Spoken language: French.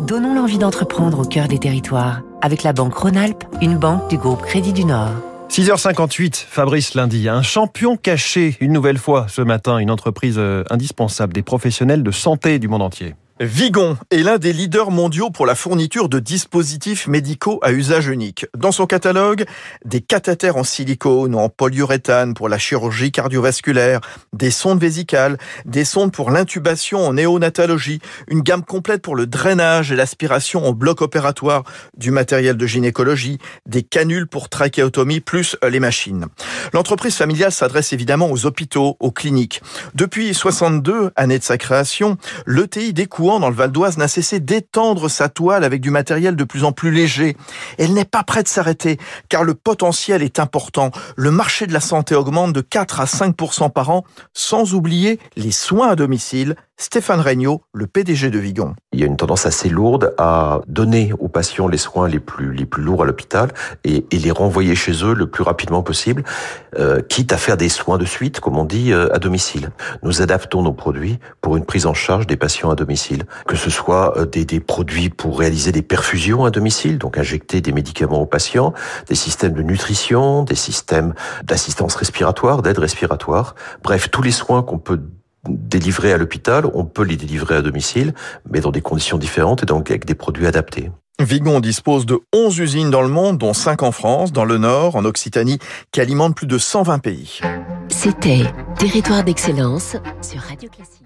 Donnons l'envie d'entreprendre au cœur des territoires. Avec la Banque Rhône-Alpes, une banque du groupe Crédit du Nord. 6h58, Fabrice Lundi, un champion caché, une nouvelle fois ce matin, une entreprise indispensable des professionnels de santé du monde entier. Vigon est l'un des leaders mondiaux pour la fourniture de dispositifs médicaux à usage unique. Dans son catalogue, des cathéters en silicone ou en polyuréthane pour la chirurgie cardiovasculaire, des sondes vésicales, des sondes pour l'intubation en néonatologie, une gamme complète pour le drainage et l'aspiration en bloc opératoire, du matériel de gynécologie, des canules pour trachéotomie, plus les machines. L'entreprise familiale s'adresse évidemment aux hôpitaux, aux cliniques. Depuis 62 années de sa création, l'ETI d'Écouen dans le Val d'Oise n'a cessé d'étendre sa toile avec du matériel de plus en plus léger. Elle n'est pas prête de s'arrêter, car le potentiel est important. Le marché de la santé augmente de 4 à 5% par an, sans oublier les soins à domicile. Stéphane Regnault, le PDG de Vigon. Il y a une tendance assez lourde à donner aux patients les soins les plus lourds à l'hôpital et les renvoyer chez eux le plus rapidement possible, quitte à faire des soins de suite, comme on dit, à domicile. Nous adaptons nos produits pour une prise en charge des patients à domicile, que ce soit des produits pour réaliser des perfusions à domicile, donc injecter des médicaments aux patients, des systèmes de nutrition, des systèmes d'assistance respiratoire, d'aide respiratoire, bref, tous les soins qu'on peut délivrer à l'hôpital, on peut les délivrer à domicile, mais dans des conditions différentes et donc avec des produits adaptés. Vigon dispose de 11 usines dans le monde, dont 5 en France, dans le Nord, en Occitanie, qui alimentent plus de 120 pays. C'était Territoire d'excellence sur Radio Classique.